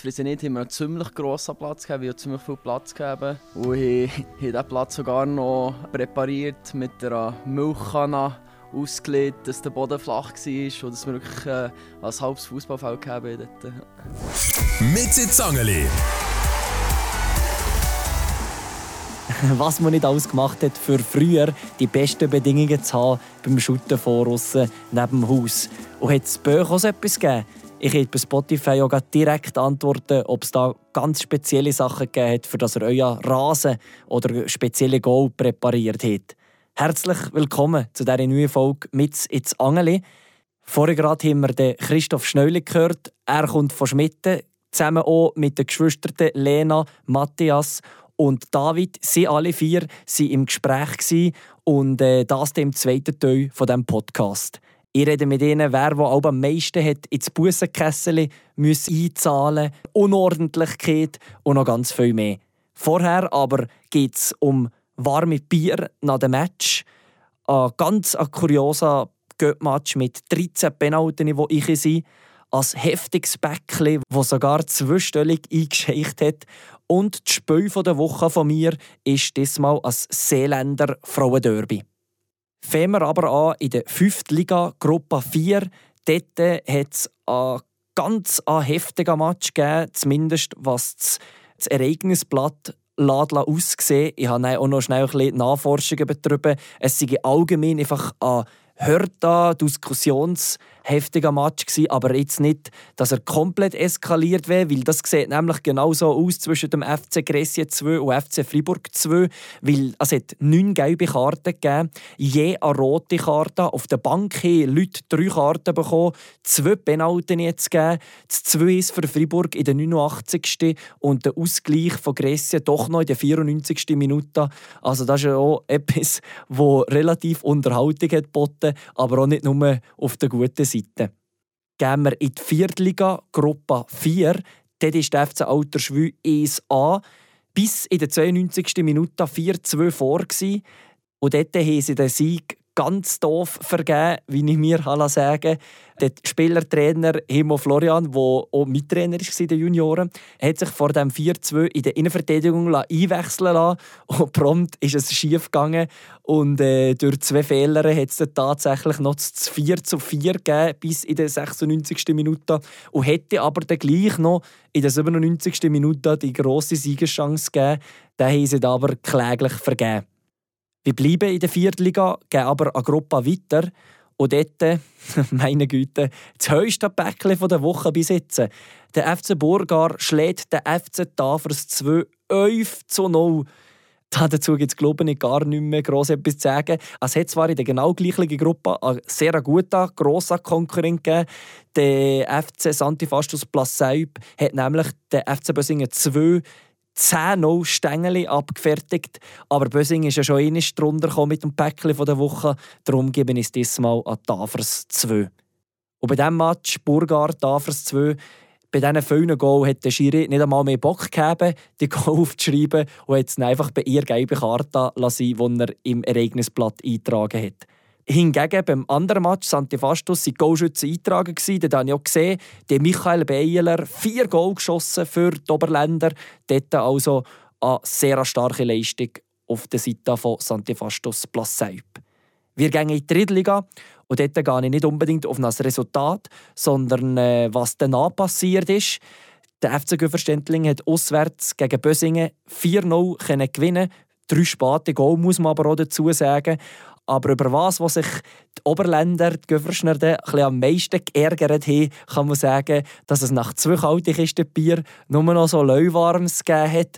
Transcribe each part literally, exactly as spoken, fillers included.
Friesenit haben wir einen ziemlich grossen Platz gehabt, wir haben ziemlich viel Platz gegeben. Und haben, haben diesen Platz sogar noch präpariert mit einer Milchkanne ausgelegt, dass der Boden flach war und dass wir wirklich äh, ein halbes Fußballfeld haben dort. Mit Zangeli. Was man nicht alles gemacht hat, für früher die besten Bedingungen zu haben beim Shooten von aussen neben dem Haus. Und hat es bei euch auch so etwas gegeben? Ich habe bei Spotify auch direkt antworten, ob es da ganz spezielle Sachen gegeben hat, für das ihr euer Rasen oder spezielle Goal präpariert habt. Herzlich willkommen zu dieser neuen Folge «Mit ins Angeli». Vorher gerade haben wir den Christoph Schneuli gehört. Er kommt von Schmitten, zusammen auch mit den Geschwistern Lena, Matthias und David. Sie alle vier waren im Gespräch und äh, das im zweiten Teil von diesem Podcast. Ich rede mit ihnen, wer wo am meisten hat ins Bussenkessel einzahlen musste, Unordentlichkeit und noch ganz viel mehr. Vorher aber geht es um warme Bier nach dem Match. Ein ganz kurioser Göttmatch mit dreizehn Penalten, die ich war. Ein heftiges Bäckchen, das sogar zweistellig eingescheicht hat. Und das Spiel der Woche von mir ist diesmal ein Seeländer Frauenderby. Fangen wir aber an in der fünften Liga, Gruppe vier. Dort hat es einen ganz heftigen Match gegeben, zumindest was das, das Ereignisblatt aussehen. Ich habe auch noch schnell ein bisschen Nachforschungen betrieben. Es sei allgemein einfach ein hörter, diskussionsheftiger Match gewesen, aber jetzt nicht, dass er komplett eskaliert wäre, weil das sieht nämlich genauso aus zwischen dem F C Gräsien zwei und F C Freiburg zwei, weil es hat neun gelbe Karten gegeben, je eine rote Karte. Auf der Bank haben Leute drei Karten bekommen, zwei Penalten jetzt gegeben, das zwei ist für Freiburg in der neunundachtzigsten und der Ausgleich von Gräsien doch noch in der vierundneunzigsten Minute. Also das ist ja auch etwas, das relativ Unterhaltung hat geboten, aber auch nicht nur auf der guten Seite. Gehen wir in die vierte Liga, Gruppe vier. Dort ist der F C Alterschwil eins a bis in der zweiundneunzigsten Minute vier zwei vor gewesen. Und dort haben sie den Sieg ganz doof vergeben, wie ich mir sagen. Der Spielertrainer Himo Florian, der auch Mittrainer war in den Junioren, hat sich vor dem vier zwei in der Innenverteidigung einwechseln lassen. Und prompt ist es schief gegangen. Und äh, durch zwei Fehler hat es tatsächlich noch das vier zu vier gegeben, bis in der sechsundneunzigsten Minute. Und hätte aber dann gleich noch in der siebenundneunzigsten Minute die grosse Siegeschance gegeben. Den haben sie aber kläglich vergeben. Wir bleiben in der vierten Liga, gehen aber eine Gruppe weiter. Und dort, meine Güte, das höchste Päckchen der Woche bis jetzt. Der F C Burgar schlägt den F C Tafers zwei elf zu null. Dazu gibt es, glaube ich, gar nicht mehr gross etwas zu sagen. Es hat zwar in der genau gleichen Gruppe einen sehr guten, grossen Konkurrent gegeben. Der F C Santifastus Plasseib hat nämlich den F C Bösingen zwei zehn null Stängeli abgefertigt. Aber Bösingen ist ja schon einmal drunter mit dem Päckchen der Woche. Darum gebe ich es diesmal an Tafers zwei. Und bei diesem Match Burgar Tafers zwei, bei diesen vielen Goals hat der Schiri nicht einmal mehr Bock gegeben, die Goal aufzuschreiben und hat es einfach bei ihr gelbe Karte lassen, die er im Ereignisblatt eingetragen hat. Hingegen beim anderen Match, Santifastus, waren Goalschützen eingetragen. Dort habe ich auch gesehen, der Michael Beiler, vier Goal geschossen für die Oberländer. Dort also eine sehr starke Leistung auf der Seite von Santifastus Plasseib. Wir gehen in die dritte Liga und dort gehe ich nicht unbedingt auf das Resultat, sondern äh, was danach passiert ist. Der F C Güverständling hat auswärts gegen Bösingen vier null gewinnen. Drei späte Goal muss man aber auch dazu sagen. Aber über was, was sich die Oberländer, die Güverschner, am meisten geärgert haben, kann man sagen, dass es nach zwei kalten Kisten Bier nur noch so lauwarmes gegeben hat.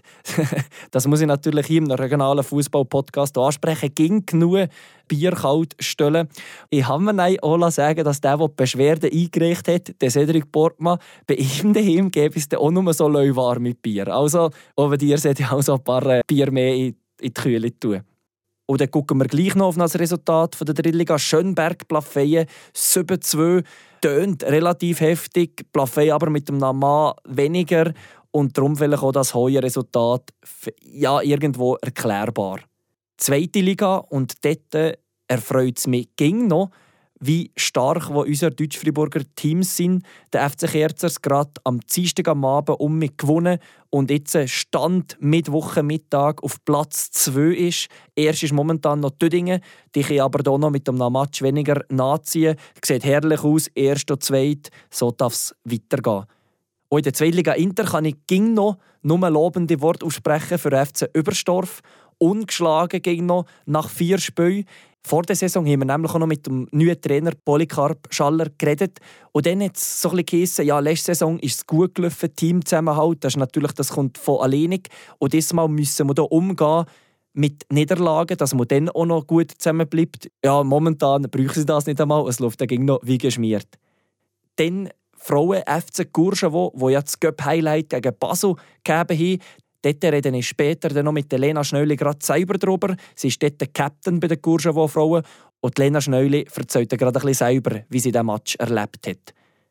Das muss ich natürlich hier im regionalen Fußball-Podcast ansprechen. Ging genug Bier kalt stellen. Ich habe mir auch sagen, dass der, der die Beschwerde eingereicht hat, der Cedric Portmann, bei ihm daheim gäbe es auch nur so lauwarme Bier. Also, auch dir sollte ich auch so ein paar Bier mehr in die Kühle tun. Und dann gucken wir gleich noch auf das Resultat von der dritten Liga. Schönberg, Plafeyen, sieben zwei. Tönt relativ heftig. Plafeyen aber mit dem Namen weniger. Und darum vielleicht auch das hohe Resultat ja, irgendwo erklärbar. Zweite Liga, und dort erfreut es mich ging noch, wie stark wo unsere Deutsch-Friburger Teams sind. Der F C Kerzers gerade am Dienstag am Abend um mich gewonnen und jetzt Stand Mittwochmittag auf Platz zwei ist. Erst ist momentan noch Tüdingen, die kann aber hier noch mit einem Match weniger nachziehen. Sieht herrlich aus, erst und zweit, so darf es weitergehen. Auch in der Zweitliga Inter kann ich ging noch nur lobende Worte aussprechen für F C Überstorf. Ungeschlagen ging noch nach vier Spielen. Vor der Saison haben wir nämlich auch noch mit dem neuen Trainer Polycarp Schaller geredet. Und dann hat es so ein bisschen geheissen, ja, letzte Saison ist es gut gelaufen, Teamzusammenhalt, das, ist natürlich, das kommt von alleinig. Und diesmal müssen wir hier umgehen mit Niederlagen, dass man dann auch noch gut zusammenbleibt. Ja, momentan brauchen sie das nicht einmal, es läuft dagegen noch wie geschmiert. Dann Frauen F C Courcheveau, wo ja das Cup-Highlight gegen Basel gegeben haben. Dort rede ich später dann noch mit Lena Schneuli gerade selber darüber. Sie ist dort der Captain bei den Courcheveau-Frauen. Und Lena Schneuli erzählt gerade ein bisschen selber, wie sie diesen Match erlebt hat.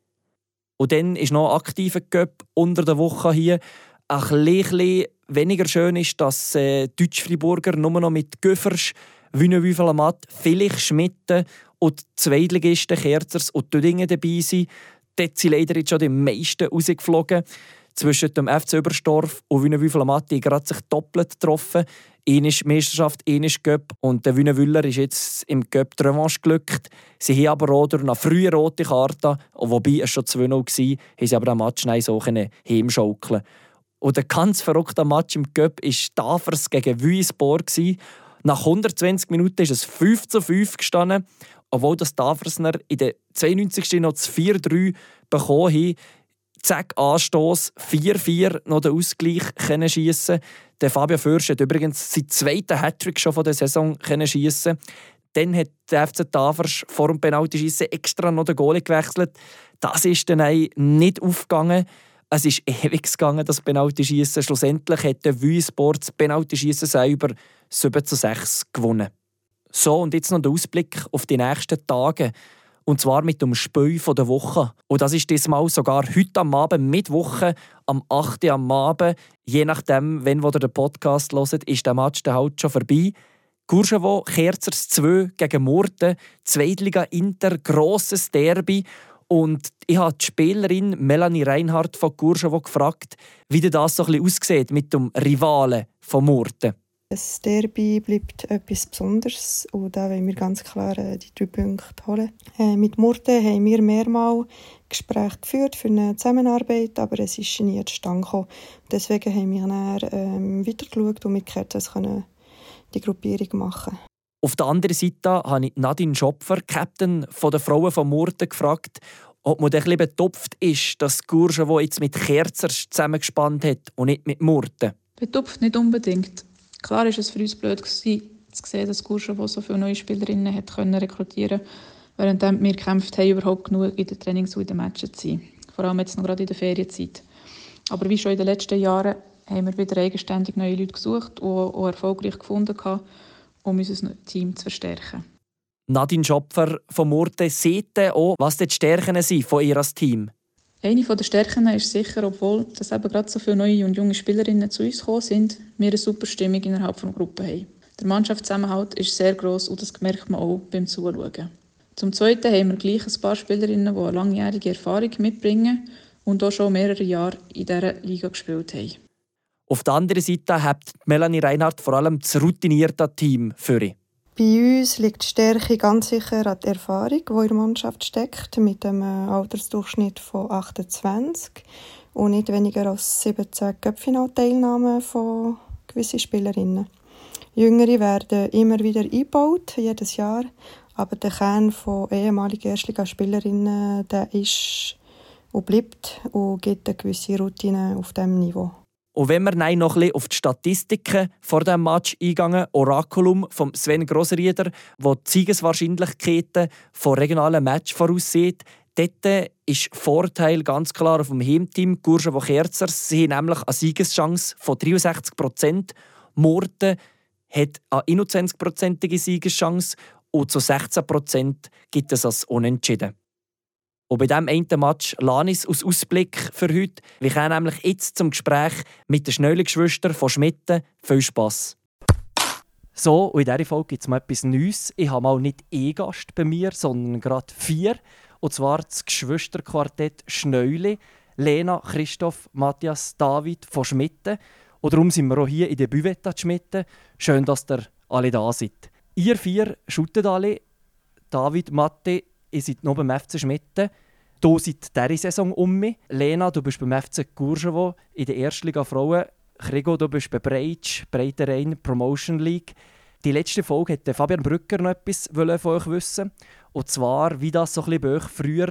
Und dann ist noch ein aktiver Cup unter der Woche hier. Ein bisschen weniger schön ist, dass äh, Deutsch-Friburger nur noch mit Göffers, Wünnewüfel-Amat, vielleicht Schmitten und Zweitligisten Kerzers und Tüdingen dabei sind. Dort sind leider jetzt schon die meisten rausgeflogen. Zwischen dem F C Überstorf und Wünnewüfel-Amat haben gerade sich doppelt getroffen. Eine ist Meisterschaft, eine ist Cup. Und der Wünnewüller ist jetzt im Cup die Revanche glückt. Sie haben aber auch durch eine frühe rote Karte, wobei es schon zwei null war, haben sie aber den Match so heimschaukeln. Und der ganz verrückte Match im Cup war Tafers gegen Wüisbor. Nach hundertzwanzig Minuten ist es fünf zu fünf gestanden, obwohl das Tafersner in der zweiundneunzigsten noch das vier drei bekommen haben. Zack, Anstoss, vier vier noch den Ausgleich schiessen. Der Fabio Fürst hat übrigens seinen zweiten Hattrick schon von der Saison schiessen. Dann hat der F C Tafers vor dem Penaltyschiessen extra noch den Goalie gewechselt. Das ist dann nicht aufgegangen. Es ist ewig gegangen, das Penaltyschiessen. Schlussendlich hat der Wüisbor das Penaltyschiessen selber sieben zu sechs gewonnen. So, und jetzt noch der Ausblick auf die nächsten Tage. Und zwar mit dem Spiel der Woche. Und das ist diesmal sogar heute am Abend, Mittwoche, am achten am Abend. Je nachdem, wenn ihr den Podcast hört, ist der Match dann halt schon vorbei. Courcheveau, Kerzers zwei gegen Murten, Zweitliga Inter, grosses Derby. Und ich habe die Spielerin Melanie Reinhardt von Courcheveau gefragt, wie das so ein bisschen aussieht mit dem Rivalen von Murten. Das Derby bleibt etwas Besonderes und da wollen wir ganz klar äh, die drei Punkte holen. Äh, mit Murten haben wir mehrmals Gespräche geführt für eine Zusammenarbeit, aber es ist nie zustande gekommen. Deswegen haben wir dann ähm, weitergeschaut und mit Kerzers die Gruppierung machen. Auf der anderen Seite habe ich Nadine Schopfer, Captain der Frauen von Murten, gefragt, ob man ein bisschen betupft ist, dass Courcheveau jetzt mit Kerzers zusammengespannt hat und nicht mit Murten. Betupft nicht unbedingt. Klar war es für uns blöd, zu sehen, dass Courcheveau so viele neue Spielerinnen hat rekrutieren konnte, während wir gekämpft haben, überhaupt genug in den Trainings und in den Matches zu sein. Vor allem jetzt noch gerade in der Ferienzeit. Aber wie schon in den letzten Jahren haben wir wieder eigenständig neue Leute gesucht und auch erfolgreich gefunden, um unser Team zu verstärken. Nadine Schopfer von Murten sieht auch, was die Stärken sind von ihr als Team. Eine der Stärken ist sicher, obwohl dass eben gerade so viele neue und junge Spielerinnen zu uns gekommen sind, wir eine super Stimmung innerhalb der Gruppe haben. Der Mannschaftszusammenhalt ist sehr gross und das merkt man auch beim Zuschauen. Zum Zweiten haben wir gleich ein paar Spielerinnen, die eine langjährige Erfahrung mitbringen und auch schon mehrere Jahre in dieser Liga gespielt haben. Auf der anderen Seite hat Melanie Reinhardt vor allem das routinierte Team für sie. Bei uns liegt die Stärke ganz sicher an der Erfahrung, die in der Mannschaft steckt, mit einem Altersdurchschnitt von achtundzwanzig und nicht weniger als siebzehn Cup-Final-Teilnahmen von gewissen Spielerinnen. Jüngere werden immer wieder eingebaut, jedes Jahr, aber der Kern von ehemaligen Erstligaspielerinnen, der ist und bleibt und gibt eine gewisse Routine auf diesem Niveau. Und wenn wir noch ein bisschen auf die Statistiken vor diesem Match eingehen, Oraculum von Sven Grossrieder, wo die Siegeswahrscheinlichkeiten von regionalen Match voraussieht, dort ist der Vorteil ganz klar auf dem Heimteam Courcheveau Kerzers. Sie haben nämlich eine Siegeschance von dreiundsechzig Prozent. Murten hat eine einundzwanzig-prozentige Siegeschance und zu sechzehn Prozent gibt es als Unentschieden. Und bei diesem einen Match lasse ich es als Ausblick für heute. Wir kommen nämlich jetzt zum Gespräch mit den Schneuli-Geschwistern von Schmitten. Viel Spass. So, und in dieser Folge gibt es mal etwas Neues. Ich habe mal nicht einen Gast bei mir, sondern gerade vier. Und zwar das Geschwisterquartett Schneuli. Lena, Christoph, Matthias, David von Schmitten. Und darum sind wir auch hier in der Büvetta Schmitten. Schön, dass ihr alle da seid. Ihr vier shootet alle. David, Matti, ihr seid noch beim F C Schmitten. Du seid diese Saison um mich. Lena, du bist beim F C Courchevo in der Erstliga Frauen. Krigo, du bist bei Breitsch, Breitenrhein, Promotion League. Die letzte Folge wollte Fabian Brücker noch etwas von euch wissen. Und zwar, wie das so ein bisschen bei euch früher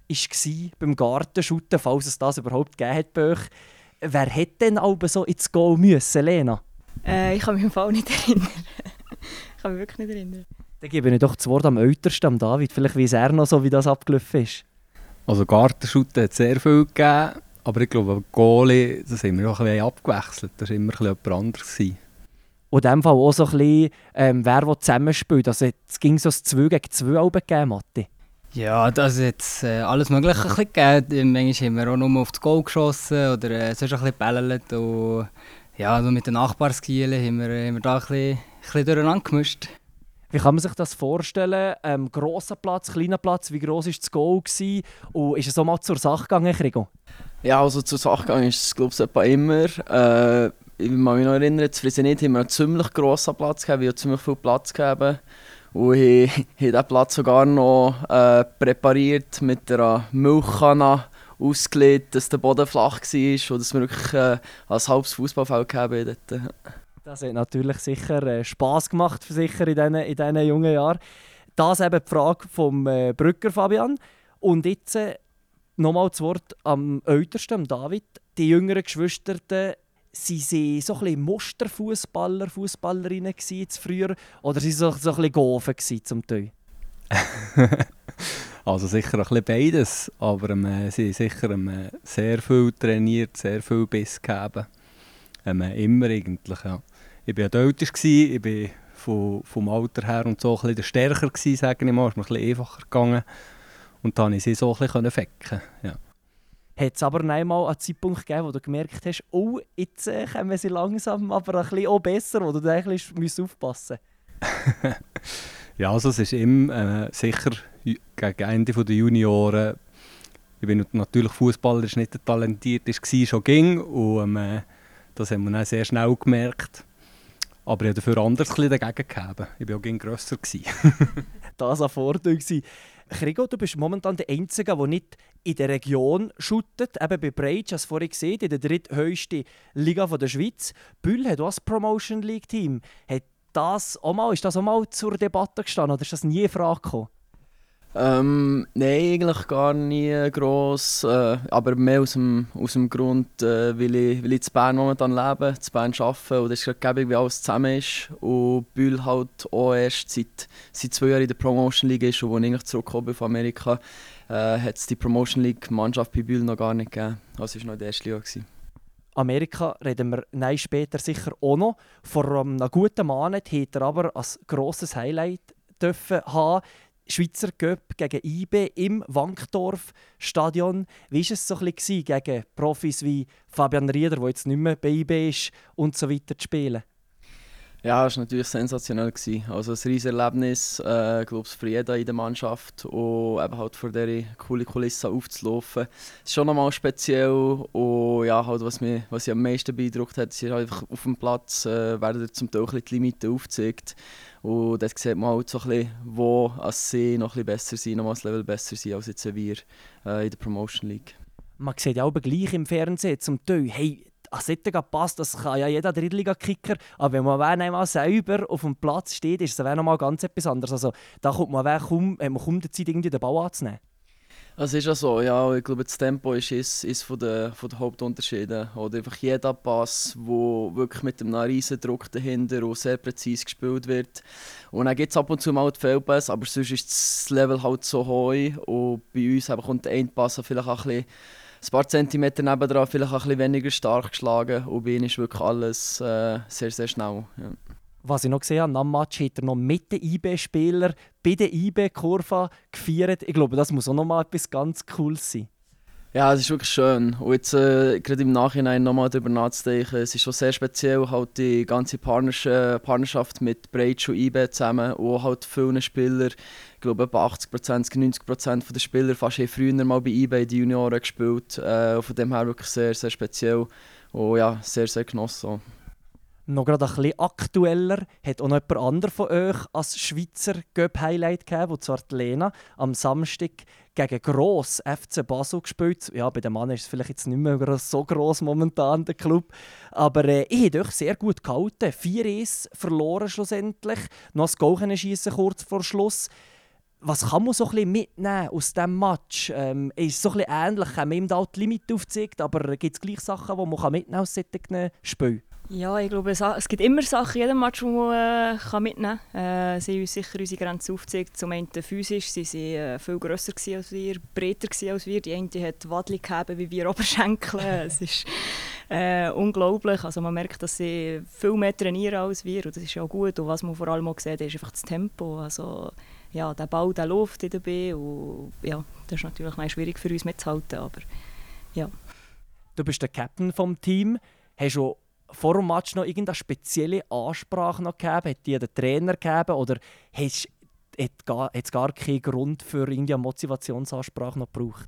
war beim Gartenschuten, falls es das überhaupt gegeben hat bei euch. Wer hätte denn aber so ins Goal müssen, Lena? Äh, ich kann mich im Fall nicht erinnern. ich kann mich wirklich nicht erinnern. Dann gebe ich doch das Wort am ältesten, am David. Vielleicht weiss er noch so, wie das abgelaufen ist. Also Gartenschuten hat es sehr viel gegeben. Aber ich glaube, Goalie, das haben wir auch ein bisschen abgewechselt. Das war immer ein bisschen jemand anderes. Und in diesem Fall auch so ein bisschen, ähm, wer zusammenspielt. Also, es ging so ein zwei gegen zwei Alben gegeben, Matti. Ja, das hat es äh, alles Mögliche ein bisschen gegeben. Manchmal haben wir auch nur auf das Goal geschossen oder äh, sonst ein bisschen gebällelt. Und ja, also mit den Nachbarskielen haben wir, haben wir da ein bisschen, ein bisschen durcheinander gemischt. Wie kann man sich das vorstellen? Ähm, grosser Platz, kleiner Platz, wie gross war das Goal? Gewesen? Und ist es auch mal zur Sache gegangen, Krigo? Ja, also zur Sache gegangen ist es, glaube ich, etwa immer. Äh, ich kann mich noch erinnern, zu Friesenit haben wir einen ziemlich grossen Platz gehabt, wir haben ziemlich viel Platz gegeben. Und ich habe diesen Platz sogar noch äh, präpariert mit einer Milchkanne ausgelegt, dass der Boden flach war und dass wir wirklich äh, ein halbes Fußballfeld haben. Das hat natürlich sicher äh, Spass gemacht für sicher in diesen, in diesen jungen Jahren. Das ist eben die Frage vom äh, Brücker Fabian. Und jetzt äh, nochmal das Wort am ältesten, am David. Die jüngeren Geschwister, sie waren so ein bisschen Musterfußballer, Fußballerinnen früher, oder sie so, so ein bisschen Gofen zum Teil? Also sicher ein bisschen beides, aber ähm, sie haben sicher ähm, sehr viel trainiert, sehr viel Biss gegeben. Ähm, immer eigentlich, ja. Ich war ja der Älteste, ich war vom, vom Alter her und so ein bisschen der Stärker gewesen, sage ich mal. Es ist mir ein bisschen einfacher gegangen. Und dann konnte ich sie so ein bisschen fecken. Ja. Hat es aber einmal einen Zeitpunkt gegeben, wo du gemerkt hast, oh, jetzt äh, kommen sie langsam, aber ein bisschen auch besser, wo du da eigentlich aufpassen musst? Ja, also es ist immer äh, sicher gegen Ende der Junioren. Ich bin natürlich fußballerisch nicht der talentierteste, war schon ging. Und äh, das haben wir dann sehr schnell gemerkt. Aber ich habe dafür anders ein bisschen dagegen gehabt. Ich war auch gegen grösser. Das war ein Vorteil. Krigo, du bist momentan der Einzige, der nicht in der Region shootet. Eben bei Breitsch, hast du vorhin gesehen, in der dritthöchsten Liga der Schweiz. Bühl hat auch ein Promotion League Team. Hat das auch mal, ist das auch mal zur Debatte gestanden oder ist das nie in Frage gekommen? Ähm, nein, eigentlich gar nie gross. Äh, aber mehr aus dem, aus dem Grund, äh, weil, ich, weil ich in Bern momentan lebe, in Bern arbeite und es ist gerade gäbig, wie alles zusammen ist. Und Bühl halt auch erst seit, seit zwei Jahren in der Promotion League ist und als ich eigentlich zurückgekommen bin von Amerika, äh, hat es die Promotion League Mannschaft bei Bühl noch gar nicht gegeben. Also es war noch in der ersten Liga gewesen. Amerika reden wir nein, später sicher auch noch. Vor einem guten Monat hat er aber als grosses Highlight dürfen haben. Schweizer Cup gegen I B im Wankdorf-Stadion. Wie war es so ein bisschen gegen Profis wie Fabian Rieder, der jetzt nicht mehr bei I B ist, und so weiter zu spielen? Ja, es war natürlich sensationell. Also ein riesiges Erlebnis, äh, glaube ich, für jeden in der Mannschaft. Und eben halt vor dieser coolen Kulisse aufzulaufen. Es ist schon nochmal speziell. Und ja, halt, was mich was ich am meisten beeindruckt hat, ist halt einfach auf dem Platz äh, werden zum Teil die Limiten aufgezeigt. Und dort sieht man halt so ein bisschen, wo als sie noch ein bisschen besser sind, noch mal ein Level besser sind als jetzt wir äh, in der Promotion League. Man sieht ja auch gleich im Fernsehen zum Teil, hey, als Sättiger passt, das kann ja jeder Drittliga-Kicker, aber wenn man einmal selber auf dem Platz steht, ist es noch mal ganz etwas anderes. Also, da kommt man kaum, man kaum die Zeit, irgendwie den Ball anzunehmen. Es ist ja so, ja, ich glaube, das Tempo ist eines ist von der, von der Hauptunterschiede. Oder einfach jeder Pass, der wirklich mit einem riesen Druck dahinter und sehr präzise gespielt wird. Und dann gibt es ab und zu mal die Fehlpässe, aber sonst ist das Level halt so hoch. Und bei uns kommt ein Pass vielleicht auch ein, bisschen, ein paar Zentimeter nebendran vielleicht auch ein bisschen weniger stark geschlagen. Und bei ihnen ist wirklich alles äh, sehr, sehr schnell. Ja. Was ich noch gesehen habe, am Match hat er noch mit den I B-Spielern bei der I B-Kurve gefeiert. Ich glaube, das muss auch noch mal etwas ganz Cooles sein. Ja, es ist wirklich schön. Und jetzt äh, gerade im Nachhinein nochmal darüber nachzudenken, es ist schon sehr speziell, halt die ganze Partnerschaft, Partnerschaft mit Breitsch und I B zusammen und halt viele Spieler, ich glaube etwa achtzig Prozent, neunzig Prozent der Spieler fast haben früher mal bei I B in die Junioren gespielt. Äh, von dem her wirklich sehr, sehr speziell und ja, sehr, sehr genossen. Noch gerade ein bisschen aktueller hat auch noch jemand anderes von euch als Schweizer Göpp-Highlight gegeben, und zwar die Lena am Samstag gegen Gross F C Basel gespielt. Ja, bei den Mann ist es vielleicht jetzt nicht mehr so gross momentan, der Club. Aber äh, ich habe euch sehr gut gehalten. vier eins verloren schlussendlich. Noch ein Goal schiessen kurz vor Schluss. Was kann man so ein bisschen mitnehmen aus diesem Match? Ähm, ist so ein bisschen ähnlich, haben wir ihm da die Limit aufgezeigt, aber gibt es gleich Sachen, die man mitnehmen kann aus solchen Spielen? Ja, ich glaube, es gibt immer Sachen in jedem Match, die man äh, mitnehmen kann. Äh, sie haben uns sicher unsere Grenzen aufgezeigt. Zum einen physisch, sie waren äh, viel grösser als wir, breiter als wir. Die eine hat Wadli gehabt wie wir Oberschenkel. Es ist äh, unglaublich. Also man merkt, dass sie viel mehr trainieren als wir. Und das ist ja auch gut. Und was man vor allem auch sieht, ist einfach das Tempo. Also, ja, der Ball, der läuft in der B. Und ja, das ist natürlich mal schwierig für uns mitzuhalten. Aber, ja. Du bist der Captain des Teams. Hast du vor dem Match noch irgendeine spezielle Ansprache noch gegeben? Hat die der Trainer gegeben? Oder hat es gar keinen Grund für irgendeine Motivationsansprache noch gebraucht?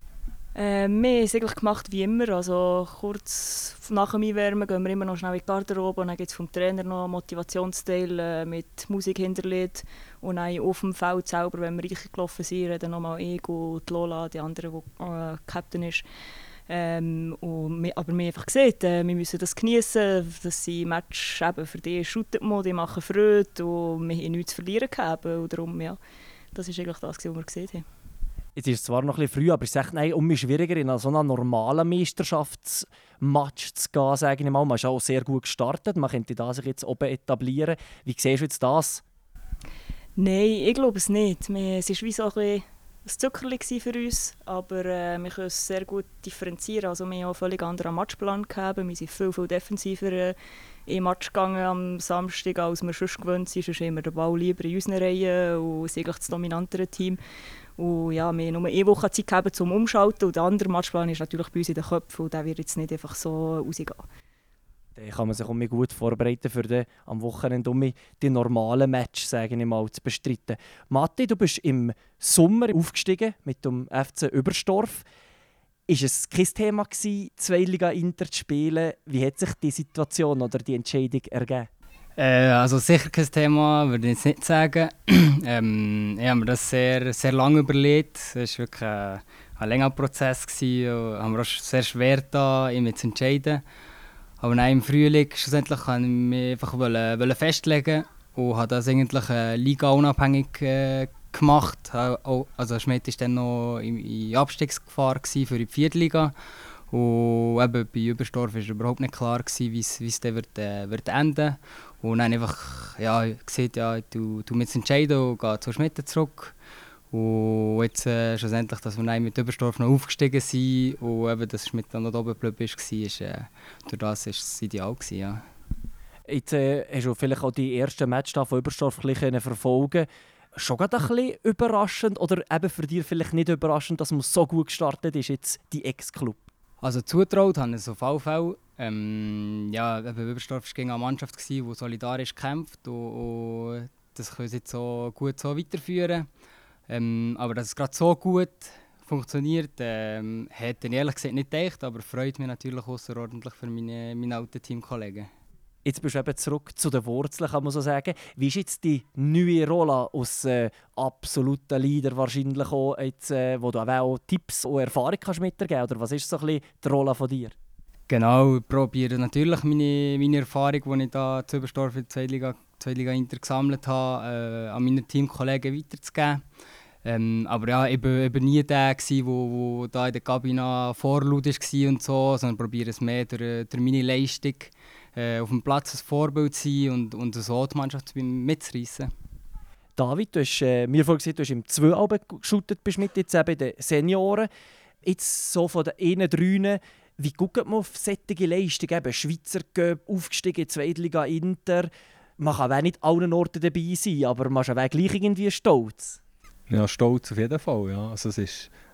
Äh, wir haben es eigentlich gemacht wie immer. Also kurz nach dem Einwärmen gehen wir immer noch schnell in die Garderobe und dann gibt es vom Trainer noch einen Motivationsteil äh, mit Musik hinterlegt. Und dann auf dem Feld selber, wenn wir reingelaufen sind, reden nochmal ich und die Lola, die andere, die äh, Captain ist. Ähm, und wir, aber wir haben einfach gesehen, äh, wir müssen das genießen, dass sie Match eben für die shootet man, die machen Freude und wir haben nichts zu verlieren gehabt. Und darum, ja, das ist eigentlich das, was wir gesehen haben. Jetzt ist es zwar noch ein bisschen früh, aber es ist echt nein, um mich schwieriger in so einen normalen Meisterschaftsmatch zu gehen, sage ich mal. Man ist auch sehr gut gestartet, man könnte da sich jetzt oben etablieren. Wie siehst du jetzt das? Nein, ich glaube es nicht. Es war wie so ein bisschen ein Zuckerli für uns, aber äh, wir können es sehr gut differenzieren. Also wir haben auch einen völlig anderen Matchplan gehabt. Wir sind viel, viel defensiver äh, im Match gegangen am Samstag, als wir sonst gewöhnt sind. Sonst haben wir den Ball lieber in unseren Reihen und sind eigentlich das dominantere Team. Und ja, wir haben nur eine Woche Zeit gehabt, um umzuschalten. Und der andere Matchplan ist natürlich bei uns in den Köpfen und der wird jetzt nicht einfach so rausgehen. Dann kann man sich um mich gut vorbereiten, für den, am Wochenende um die normalen Match, sage ich mal, zu bestreiten. Matti, du bist im Sommer aufgestiegen mit dem F C Überstorf. Ist es kein Thema gewesen, Zweitliga Inter zu spielen? Wie hat sich die Situation oder die Entscheidung ergeben? Äh, also sicher kein Thema, würde ich jetzt nicht sagen. ähm, ich habe mir das sehr, sehr lange überlegt. Es war wirklich ein, ein längerer Prozess. Ich habe mir auch sehr schwer da, mich zu entscheiden. Aber nein, im Frühling schlussendlich wollte ich mich einfach wollen festlegen und habe das eigentlich äh, liga-unabhängig äh, gemacht. Also Schmidt war dann noch in, in Abstiegsgefahr für die Viertliga. Und eben bei Überstorf war überhaupt nicht klar, wie es dann wird, äh, wird enden. Und dann einfach ja, gesagt, ja, du, du musst entscheiden und gehe zu Schmidt zurück. Und jetzt äh, schlussendlich, dass wir mit Überstorf noch aufgestiegen sind und eben, dass Schmidt dann noch oben geblieben ist, ist äh, durch das war es ideal gewesen, ja. Jetzt äh, hast du vielleicht auch die ersten Matches von Überstorf ein bisschen verfolgen. Schon gerade ein bisschen überraschend oder eben für dich vielleicht nicht überraschend, dass man so gut gestartet ist, jetzt die Ex-Club? Also zutraut habe ich es auf alle Fälle. Ähm, ja, eben Überstorf war eine Mannschaft, die solidarisch kämpft und, und das können sie jetzt so gut so weiterführen. Ähm, aber dass es gerade so gut funktioniert, ähm, hätte ich ehrlich gesagt nicht gedacht, aber freut mich natürlich außerordentlich für meine, meine alten Teamkollegen. Jetzt bist du eben zurück zu den Wurzeln, kann man so sagen. Wie ist jetzt die neue Rolle als äh, absoluter Leader wahrscheinlich auch, jetzt, äh, wo du auch Tipps und Erfahrung kannst mitgeben kannst? Oder was ist so ein bisschen die Rolle von dir? Genau, ich probiere natürlich meine, meine Erfahrung, die ich da zu Überstorf in der Zweitliga, Zweitliga Inter gesammelt habe, äh, an meine Teamkollegen weiterzugeben. Ähm, aber ja, ich war eben nie der, der wo, wo da in der Kabine vorlaut war und so, sondern probiere es mehr durch, durch meine Leistung äh, auf dem Platz ein Vorbild zu sein und, und so die Mannschaft mitzureissen. David, du hast äh, mir vorhin gesagt, du hast im zwei Alben geshootet, bist mit jetzt eben in den Senioren. Jetzt so von den einunddreißig, wie guckt man auf solche Leistungen? Eben Schweizer Cup, aufgestiegen, Zweitliga Inter. Man kann auch nicht an allen Orten dabei sein, aber man ist auch gleich irgendwie stolz. Ja, stolz auf jeden Fall. Ja. Also es ist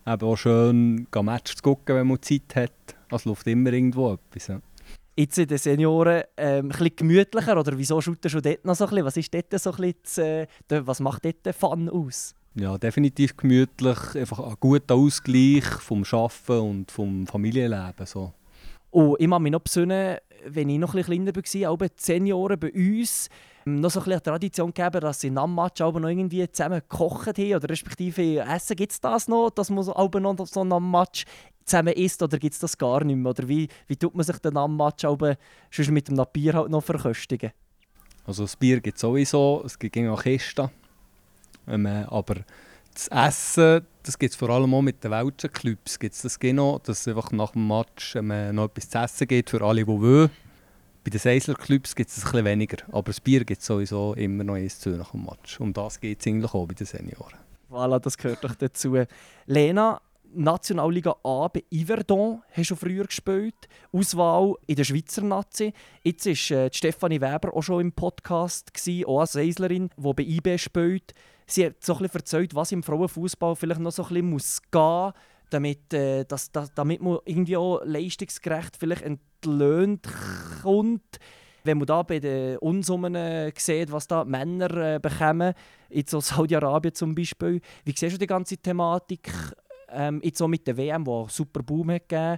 eben auch schön ein Match zu gucken, wenn man Zeit hat. Es läuft immer irgendwo etwas. Ja. Jetzt in den Senioren ähm, ein bisschen gemütlicher, oder wieso schaut schon dort noch so ein bisschen? Was ist dort so ein bisschen, äh, was macht dort Fun aus? Ja, definitiv gemütlich, einfach ein guter Ausgleich vom Arbeiten und vom Familienleben. So. Oh, ich kann mich noch besinnen, wenn ich noch ein bisschen kleiner war, auch die Senioren bei uns ähm, noch so ein bisschen eine Tradition gegeben, dass sie nach dem Match auch noch irgendwie zusammen gekocht haben, oder respektive Essen. Gibt es das noch, dass man so, auch noch so nach dem Match zusammen isst, oder gibt es das gar nicht mehr? Oder wie, wie tut man sich dann nach dem Match auch schon mit dem Bier halt noch verköstigen? Also das Bier gibt es sowieso, es gibt auch Kisten. Ähm, aber das Essen, das gibt es vor allem auch mit den welschen Clubs. Gibt's das genau, dass es einfach nach dem Match ähm, noch etwas zu essen gibt für alle, die wollen. Bei den Seisler Clubs gibt es ein bisschen weniger. Aber das Bier gibt es sowieso immer noch eins zu nach dem Match. Um das geht es eigentlich auch bei den Senioren. Voilà, das gehört doch dazu. Lena, Nationalliga A bei Yverdon hast du früher gespielt. Auswahl in der Schweizer Nazi. Jetzt war äh, Stefanie Weber auch schon im Podcast, gewesen, auch eine Seislerin, die bei I B spielt. Sie hat so ein bisschen erzählt, was im Frauenfußball vielleicht noch so ein bisschen muss gehen, damit, äh, dass, dass, damit man irgendwie auch leistungsgerecht vielleicht entlöhnt kommt. Wenn man da bei den Unsummen sieht, was da die Männer äh, bekommen, jetzt so Saudi-Arabien zum Beispiel. Wie siehst du die ganze Thematik ähm, jetzt so mit der W M, die einen super Boom hat gegeben?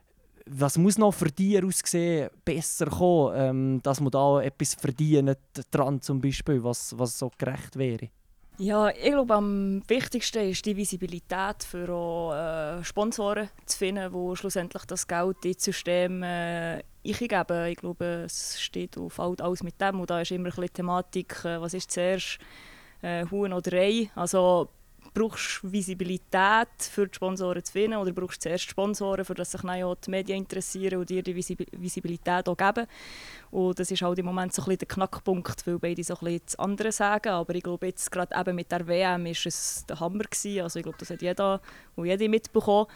Was muss noch für dich aussehen, besser kommen, ähm, dass man da etwas verdient dran zum Beispiel, was, was so gerecht wäre? Ja, ich glaube, am wichtigsten ist die Visibilität für auch, äh, Sponsoren zu finden, die schlussendlich das Geld ins System äh, eingeben. Ich glaube, es steht und fällt alles mit dem. Und da ist immer ein bisschen die Thematik, äh, was ist zuerst, äh, Huhn oder Ei. Also brauchst du Visibilität, für die Sponsoren zu finden, oder brauchst du zuerst Sponsoren, für das sich dann auch die Medien interessieren und dir die Visibilität auch geben. Und das ist halt im Moment so ein bisschen der Knackpunkt, weil beide so ein bisschen das andere sagen. Aber ich glaube, jetzt gerade eben mit der W M war es der Hammer gewesen. Also ich glaube, das hat jeder und jede mitbekommen.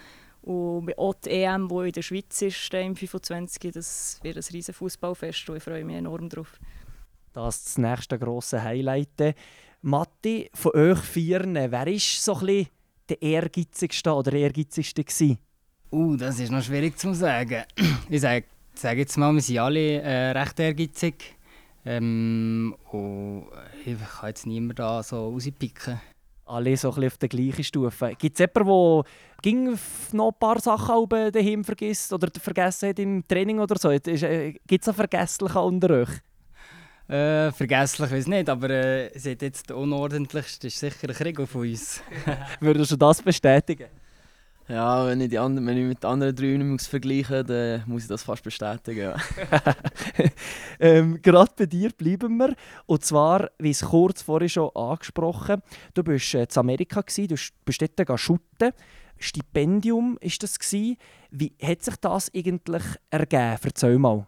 Und auch die E M, die in der Schweiz ist, im fünfundzwanzig, das wird ein riesen Fußballfest und ich freue mich enorm drauf. Das ist das nächste grosse Highlight. Matti, von euch Vieren, wer war so ein bisschen der ehrgeizigste oder ehrgeizigste gewesen? Uh, das ist noch schwierig zu sagen. Ich sage sag jetzt mal, wir sind alle äh, recht ehrgeizig. Ähm, und ich kann jetzt niemanden da so rauspicken. Alle so ein bisschen auf der gleichen Stufe. Gibt es jemanden, der noch ein paar Sachen daheim vergisst oder vergessen hat im Training oder so? Gibt es einen Vergesslichen unter euch? Äh, vergesslich weiß ich nicht, aber äh, seht jetzt der Unordentlichste ist sicher ein Krieg von uns. Würdest du das bestätigen? Ja, wenn ich, die anderen, wenn ich mit den anderen drei nicht vergleichen muss, dann muss ich das fast bestätigen. Ja. ähm, Gerade bei dir bleiben wir. Und zwar, wie es kurz vorhin schon angesprochen, du warst äh, in Amerika, gewesen, du bist dort shooten. Stipendium war das gewesen. Wie hat sich das eigentlich ergeben? Erzähl mal.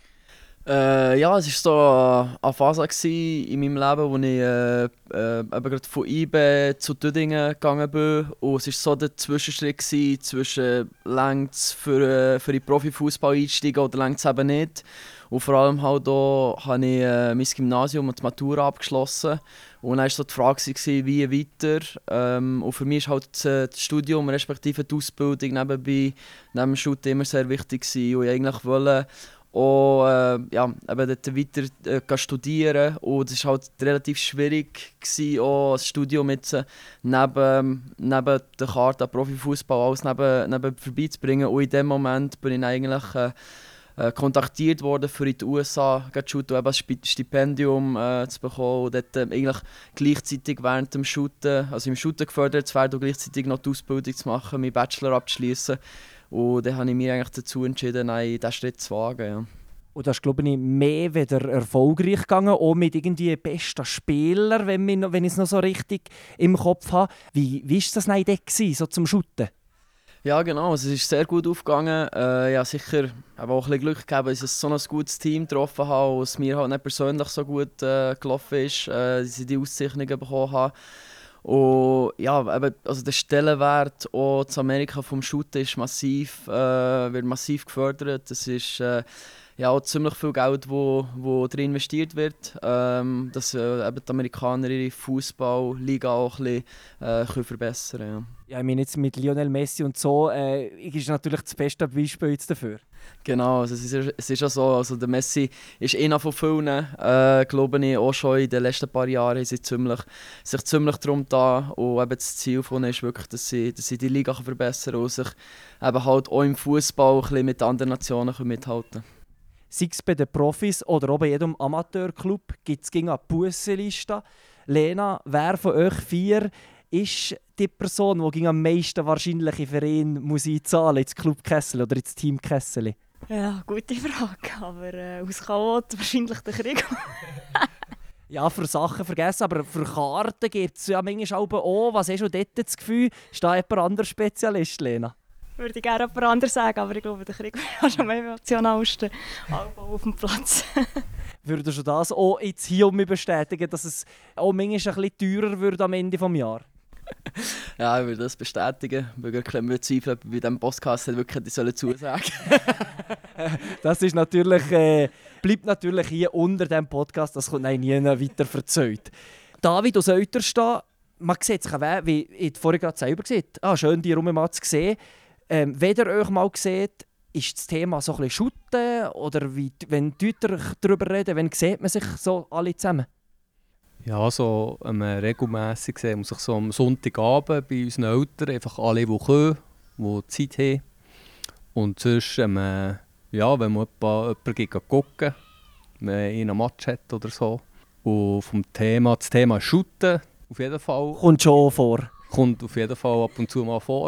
Äh, ja, es war so eine Phase in meinem Leben, wo ich äh, äh, eben gerade von I B zu Düdingen gegangen bin. Und es war so der Zwischenschritt gewesen, zwischen längst für, für den Profifußball einsteigen oder längst eben nicht. Und vor allem halt auch habe ich äh, mein Gymnasium und die Matura abgeschlossen. Und dann war so die Frage, gewesen, wie weiter. Ähm, und für mich war halt das Studium, respektive die Ausbildung nebenbei, neben dem Shooten immer sehr wichtig gewesen. Und ich eigentlich wollte auch äh, ja, eben dort weiter äh, studieren. Und es war halt relativ schwierig, gewesen, auch das Studium jetzt, äh, neben, neben der Karte Profifußball alles neben, neben vorbeizubringen. Und in dem Moment bin ich eigentlich äh, äh, kontaktiert worden, für in die U S A zu shooten, eben ein Stipendium äh, zu bekommen. Und dort äh, eigentlich gleichzeitig während dem Shooten, also im Shooten gefördert zu werden und gleichzeitig noch die Ausbildung zu machen, meinen Bachelor abzuschließen. Und dann habe ich mich eigentlich dazu entschieden, diesen Schritt zu wagen. Ja. Und das ist, glaube ich, mehr wieder erfolgreich gegangen, auch mit irgendwie besten Spielern, wenn, wir, wenn ich es noch so richtig im Kopf habe. Wie war das denn dort, so zum Shooten? Ja, genau. Es ist sehr gut aufgegangen. Äh, ja, sicher aber auch ein bisschen Glück gegeben, dass ich so ein gutes Team getroffen habe und es mir halt nicht persönlich so gut äh, gelaufen ist, äh, dass ich die Auszeichnungen bekommen habe. Und ja, eben, also der Stellenwert auch in Amerika vom Shooten ist massiv, äh, wird massiv gefördert. Das ist, äh, ja, auch ziemlich viel Geld, wo, wo drin investiert wird, ähm, dass äh, eben die Amerikaner ihre Fußballliga auch ein bisschen äh, können verbessern können. Ja. Ja, ich meine jetzt mit Lionel Messi und so, äh, ist natürlich das beste Beispiel jetzt dafür. Genau, also es ist, es ist auch so, also der Messi ist einer von vielen, äh, glaube ich, auch schon in den letzten paar Jahren sind sie ziemlich, sich ziemlich darum da und eben das Ziel von ihnen ist wirklich, dass sie, dass sie die Liga verbessern können und sich eben halt auch im Fußball ein bisschen mit anderen Nationen mithalten können. Sei es bei den Profis oder auch bei jedem Amateurclub gibt es eine Bussenliste. Lena, wer von euch vier ist die Person, die gegen am meisten wahrscheinlich in Verein muss einzahlen, ins Club Kessel oder ins Team Kessel? Ja, gute Frage, aber äh, aus Chaot wahrscheinlich der Krieg. Ja, für Sachen vergessen, aber für Karten gibt es ja manchmal auch. Was hast du dort das Gefühl? Ist da jemand anderer Spezialist, Lena? Würde ich gerne jemand anderes sagen, aber ich glaube, der Krieg wäre schon am emotionalsten auf dem Platz. Würdest du das auch jetzt hier um mich bestätigen, dass es auch manchmal ein bisschen teurer wird am Ende des Jahres? Ja, ich würde das bestätigen. Ich würde wirklich zweifeln, bei diesem Podcast wirklich die sollen zusagen. Das ist natürlich, äh, bleibt natürlich hier unter diesem Podcast, das kommt nie weiter erzählt. David aus Euterstad, man sieht sich, wie ich vorhin gerade selber gesagt habe, ah, schön, die Runde mal zu sehen. Ähm, wenn ihr euch mal seht, ist das Thema so ein bisschen Schutten oder wie, wenn ihr darüber reden, wenn sieht man sich so alle zusammen? Ja, so ähm, regelmässig sehen wir sich so am Sonntagabend bei unseren Eltern, einfach alle, die können, die Zeit haben. Und sonst, ähm, ja, wenn man jemanden gucken, wenn man einen Match hat oder so. Und vom Thema, das Thema Schutten, auf jeden Fall. Kommt schon vor. Kommt auf jeden Fall ab und zu mal vor.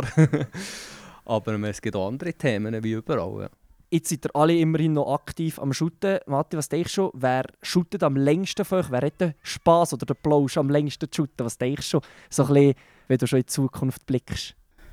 Aber ähm, es gibt auch andere Themen, wie überall. Ja. Jetzt seid ihr alle immerhin noch aktiv am Shooten. Matti, was denkst du, wer shootet am längsten von euch? Wer hat den Spass oder den Plausch am längsten zu shooten? Was denkst du, so ein bisschen, wenn du schon in die Zukunft blickst?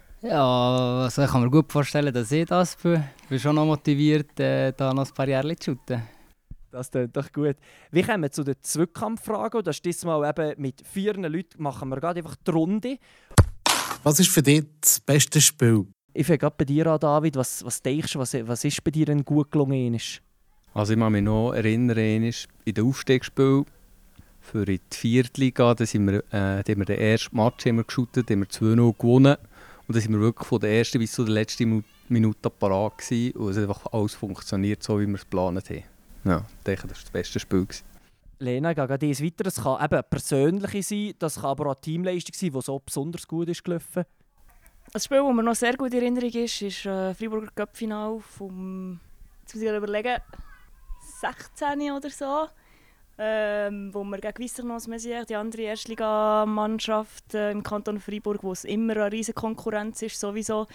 Ja, also ich kann mir gut vorstellen, dass ich das bin. Ich bin schon noch motiviert, äh, da noch ein paar Jahre zu shooten. Das klingt doch gut. Wir kommen zu den Zweikampffragen. Das ist diesmal eben mit vier Leuten, machen wir gerade einfach die Runde. Was ist für dich das beste Spiel? Ich fange gerade bei dir an, David. Was, was denkst du, was, was ist bei dir ein gut gelungen? Also ich kann mich noch erinnern, in den Aufstiegsspiel für die Viertliga, da sind wir, äh, da haben wir den ersten Match haben wir geshootet, haben wir zwei null gewonnen. Und da sind wir wirklich von der ersten bis zur letzten Minute parat gewesen. Und es hat einfach alles funktioniert, so wie wir es geplant haben. Ja, ich denke, das war das beste Spiel. Lena, ich gehe gerade weiter. Das kann eben persönliche sein, das kann aber auch eine Teamleistung sein, die so besonders gut ist gelaufen. Ein Spiel, das mir noch sehr gut in Erinnerung ist, ist äh, Freiburger Cup-Final vom, jetzt muss ich überlegen, sechzehn oder so. Ähm, wo wir gegen Wissernos Messier, die andere Erstligamannschaft äh, im Kanton Freiburg, wo es immer eine riesige Konkurrenz ist, sowieso,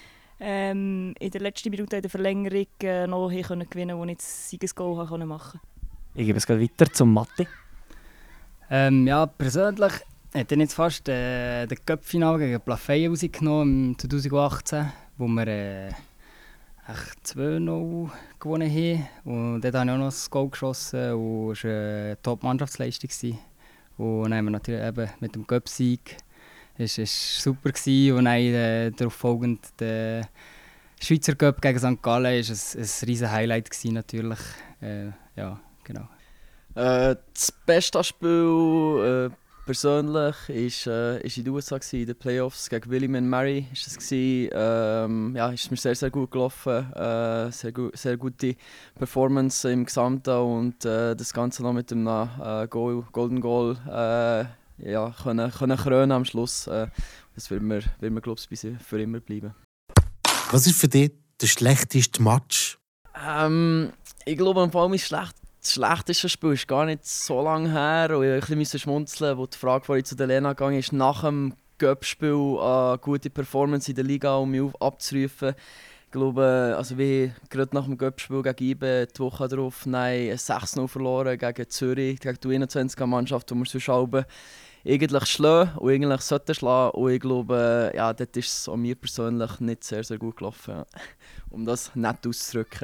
ähm, in der letzten Minute in der Verlängerung äh, noch hier können gewinnen, wo ich das Siegesgoal machen konnte. Ich gebe es gerade weiter zum Matti. Ähm, ja, persönlich hätte ich jetzt fast äh, den Cup-Final gegen Plafeyen rausgenommen im zwanzig achtzehn, wo wir äh, zwei null gewonnen haben. Und dort habe ich auch noch das Goal geschossen und es war eine Top-Mannschaftsleistung. Und dann haben wir natürlich eben mit dem Cup-Sieg, es war super gewesen. Und dann äh, darauf folgend der Schweizer Cup gegen Sankt Gallen war ein, ein riesen Highlight gewesen, natürlich. Äh, ja, genau. Äh, das beste Spiel äh, persönlich ist, äh, ist in den U S A gewesen, in den Playoffs gegen William and Mary. Ist das gewesen, ähm, ja, ist mir sehr sehr gut gelaufen, äh, sehr, gu sehr gute Performance im Gesamten und äh, das Ganze noch mit dem äh, Goal, Golden Goal äh, ja, können, können krönen am Schluss. Äh, das wird mir, wird mir glaube ich, für immer bleiben. Was ist für dich der schlechteste Match? Ähm, ich glaube, vor allem ist schlecht. Das schlechteste Spiel ist gar nicht so lange her und ich musste schmunzeln, wo die Frage vorhin zu der Lena gegangen ist, nach dem Cup-Spiel eine gute Performance in der Liga, um mich abzurufen. Ich glaube, also wir gerade nach dem Cup-Spiel gegen I B E die Woche darauf sechs null verloren gegen Zürich, gegen die U einundzwanziger-Mannschaft, die wir sonst halben eigentlich schlagen und eigentlich sollten schlagen. Und ich glaube, ja, dort ist es an mir persönlich nicht sehr, sehr gut gelaufen. Ja. Um das nett auszudrücken.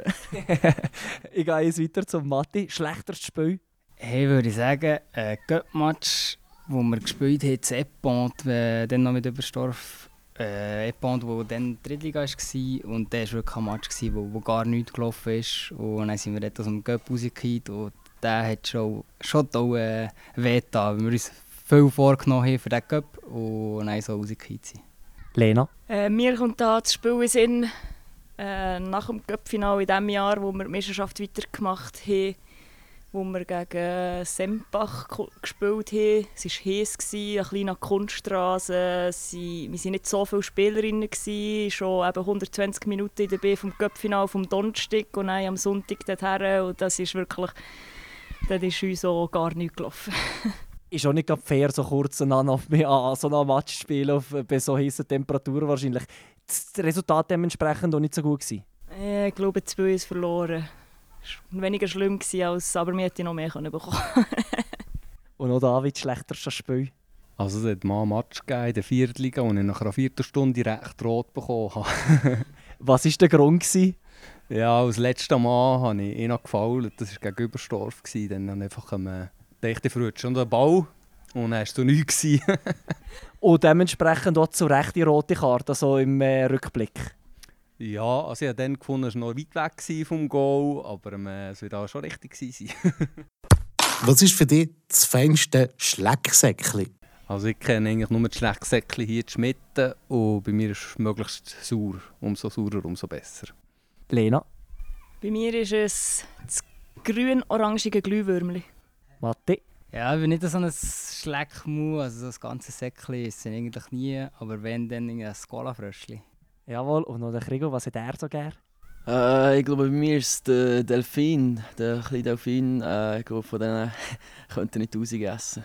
Ich gehe jetzt weiter zum Matti. Schlechteres Spiel? Hey, würde ich sagen, ein Cup-Match, wo wir gespielt haben, in Eppont, dann noch mit Überstorf, Äh, Epond, der dann Drittliga war und der war wirklich ein Match, wo, wo gar nichts gelaufen ist. Und dann sind wir dort aus dem Cup rausgefallen und der hat schon, schon auch äh, weh getan, weil wir uns viel vorgenommen haben für diesen Cup und dann so rausgefallen sind. Lena? Äh, mir kommt da das Spiel in den Sinn, äh, nach dem Cup-Finale in diesem Jahr, wo wir die Meisterschaft weitergemacht haben, wo wir gegen Sempach gespielt haben. Es war heiß, eine kleine Kunststraße. Wir waren nicht so viele Spielerinnen, schon eben hundertzwanzig Minuten in der B vom Cup-Finale vom Donnerstag und dann am Sonntag dorthin. Und das ist wirklich, das ist uns auch gar nichts gelaufen. Ist auch nicht fair, so kurz an so einem Match zu spielen, auf, bei so heißen Temperaturen wahrscheinlich. Das Resultat dementsprechend auch nicht so gut gewesen. Ich glaube, zwei ist verloren. Es war weniger schlimm, als, aber wir hätten noch mehr bekommen. Und auch David, schlechterstes Spiel? Also es hat mal einen Match gegeben in der Viertliga, wo ich nach einer Viertelstunde recht rot bekommen habe. Was war der Grund? Ja, als letztes Mal habe ich ihn gefault. Das war gegen Überstorf. Dann habe ich einfach gedacht, ich verrutscht schon den Ball und dann war es so nichts. Und dementsprechend auch zu Recht die rote Karte, so im äh, Rückblick? Ja, also ich habe dann gefunden, es war noch weit weg vom Goal, aber äh, es wird auch schon richtig sein. Was ist für dich das feinste Schlecksäckchen? Also ich kenne eigentlich nur das Schlecksäckchen hier in Schmitten und bei mir ist es möglichst sauer. Umso saurer, umso besser. Lena? Bei mir ist es das grün-orangige Glühwürmli. Matti? Ja, ich bin nicht so ein Schleckmau, also so das ganze Säckchen ist es eigentlich nie, aber wenn, dann ein Skolafröschli. Jawohl, und noch der Krigo, was hat er so gern? Äh, ich glaube, bei mir ist es der Delfin, der kleine Delfin. Äh, ich glaube, von denen könnte ich nicht tausend essen.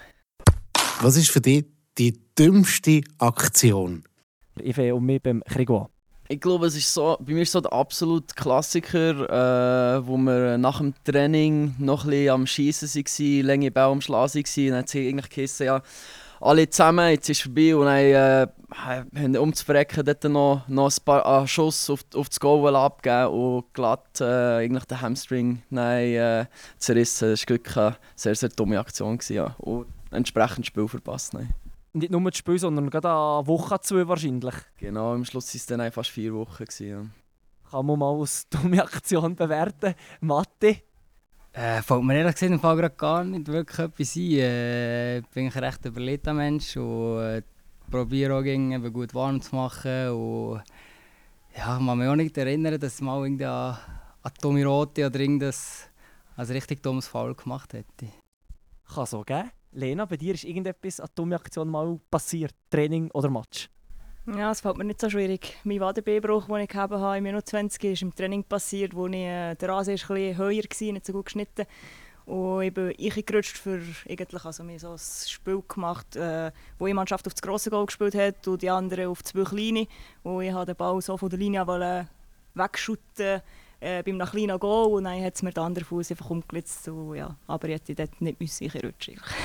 Was ist für dich die dümmste Aktion? Ich fange um mich beim Krigo an. Ich glaube, es ist so, bei mir ist so der absolute Klassiker, äh, wo wir nach dem Training noch ein bisschen am Schiessen waren, lange Bälle am Schlagen waren. Dann hat es eigentlich geheißen, ja, alle zusammen, jetzt ist es vorbei. Und dann äh, haben wir um zu verrecken dort noch, noch ein paar äh, Schuss auf, auf das Goal abgegeben und glatt äh, eigentlich den Hamstring nein, äh, zerrissen. Das war wirklich eine sehr, sehr dumme Aktion. Gewesen, ja. Und entsprechend das Spiel verpasst. Nein. Nicht nur das Spiel, sondern gerade eine Woche zu wahrscheinlich. Genau, am Schluss waren es dann fast vier Wochen. Gewesen, ja. Kann man mal als dumme Aktion bewerten. Matti? Äh, fällt mir ehrlich gesagt im Fall gerade gar nicht wirklich etwas ein. Äh, ich bin ein recht überlegter Mensch und äh, probiere auch eben gut warm zu machen. Und, ja, ich kann mich auch nicht erinnern, dass ich mal irgendwie an, an Tommy Rote oder irgendwas als richtig dummes Foul gemacht hätte. Kann so geben. Lena, bei dir ist irgendetwas an dumme Aktion mal passiert? Training oder Match? Ja, es fällt mir nicht so schwierig. Mein Wadenbeinbruch, den ich gehabt habe im einundzwanzig, ist im Training passiert, wo ich, äh, der Rasen war ein bisschen höher, war, nicht so gut geschnitten. Und ich bin eingerutscht für eigentlich, also mir so ein Spiel gemacht, äh, wo eine Mannschaft auf das grosse Goal gespielt hat und die andere auf das kleine. Und ich wollte den Ball so von der Linie wegschütten äh, beim nach kleinen Goal und dann hat es mir den anderen Fuß einfach umgelitzt. Und, ja, aber ich hätte dort nicht einrutschen müssen.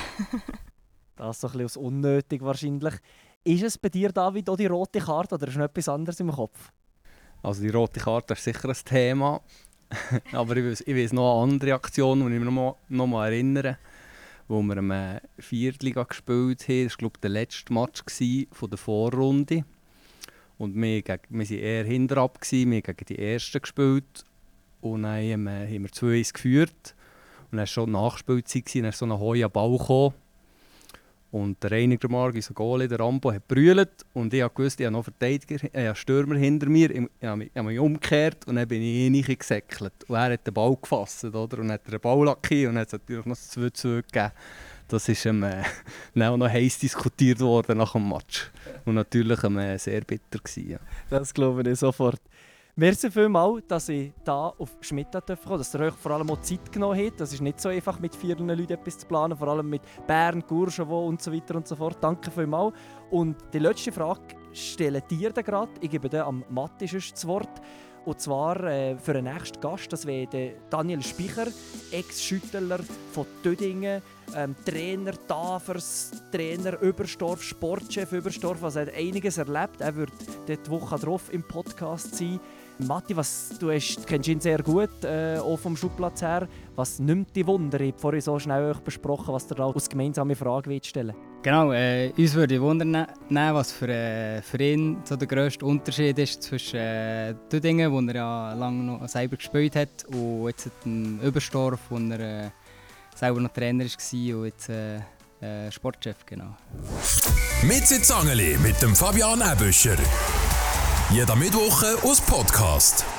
Das ist so ein bisschen unnötig wahrscheinlich. Ist es bei dir, David, auch die rote Karte oder ist noch etwas anderes im Kopf? Also die rote Karte ist sicher ein Thema. Aber ich weiß, ich weiß noch eine andere Aktion, die ich mich noch mal, noch mal erinnere, wo wir eine Viertliga gespielt haben. Das war, glaube ich, der letzte Match von der Vorrunde. Und wir, gegen, wir waren eher hinterab, wir haben gegen die Ersten gespielt. Und dann haben wir, haben wir zwei eins geführt. Und dann war schon Nachspielzeit, dann ist so ein hoher Ball gekommen. Und der Reiniger Mark, unser Goalie, der Rambo, hat brüllt. Und ich wusste, ich habe noch Verteidiger, ich habe Stürmer hinter mir. Ich, ich habe mich, ich habe mich umgekehrt und dann bin ich in ihn gesäckelt. Und er hat den Ball gefasst, oder? Und hat den Ball lackiert und dann hat es natürlich noch das zwei zwei gegeben. Das ist ähm, äh, auch noch heiß diskutiert worden nach dem Match. Und natürlich ähm, sehr bitter gewesen, ja. Das glaube ich sofort. Merci vielmals, dass ich hier auf Schmidt kommen durfte, dass ihr euch vor allem auch Zeit genommen habt. Das ist nicht so einfach, mit vielen Leuten etwas zu planen, vor allem mit Bern, Courcheveau und so weiter und so fort. Danke vielmals. Und die letzte Frage stelle dir gerade. Ich gebe dir am Matti das Wort. Und zwar äh, für den nächsten Gast, das wäre Daniel Spicher, Ex-Schüttler von Tödingen, ähm, Trainer Tafers, Trainer Überstorf, Sportchef Überstorf. Also er hat einiges erlebt. Er wird die Woche drauf im Podcast sein. Matti, was, du hast, kennst ihn sehr gut, äh, auch vom Schulplatz her. Was nimmt dich Wunder? Ich habe vorhin so schnell euch besprochen, was ihr da als gemeinsame Frage stellen wollt. Genau, äh, uns würde wundern, was für, äh, für ihn so der grösste Unterschied ist zwischen äh, Düdingen, wo er ja lange noch selber gespielt hat, und jetzt in Überstorf, wo er äh, selber noch Trainer war und jetzt äh, äh, Sportchef. Genau. Mit Zangeli mit dem Fabian Ebüscher. Jeder Mittwoch aus Podcast.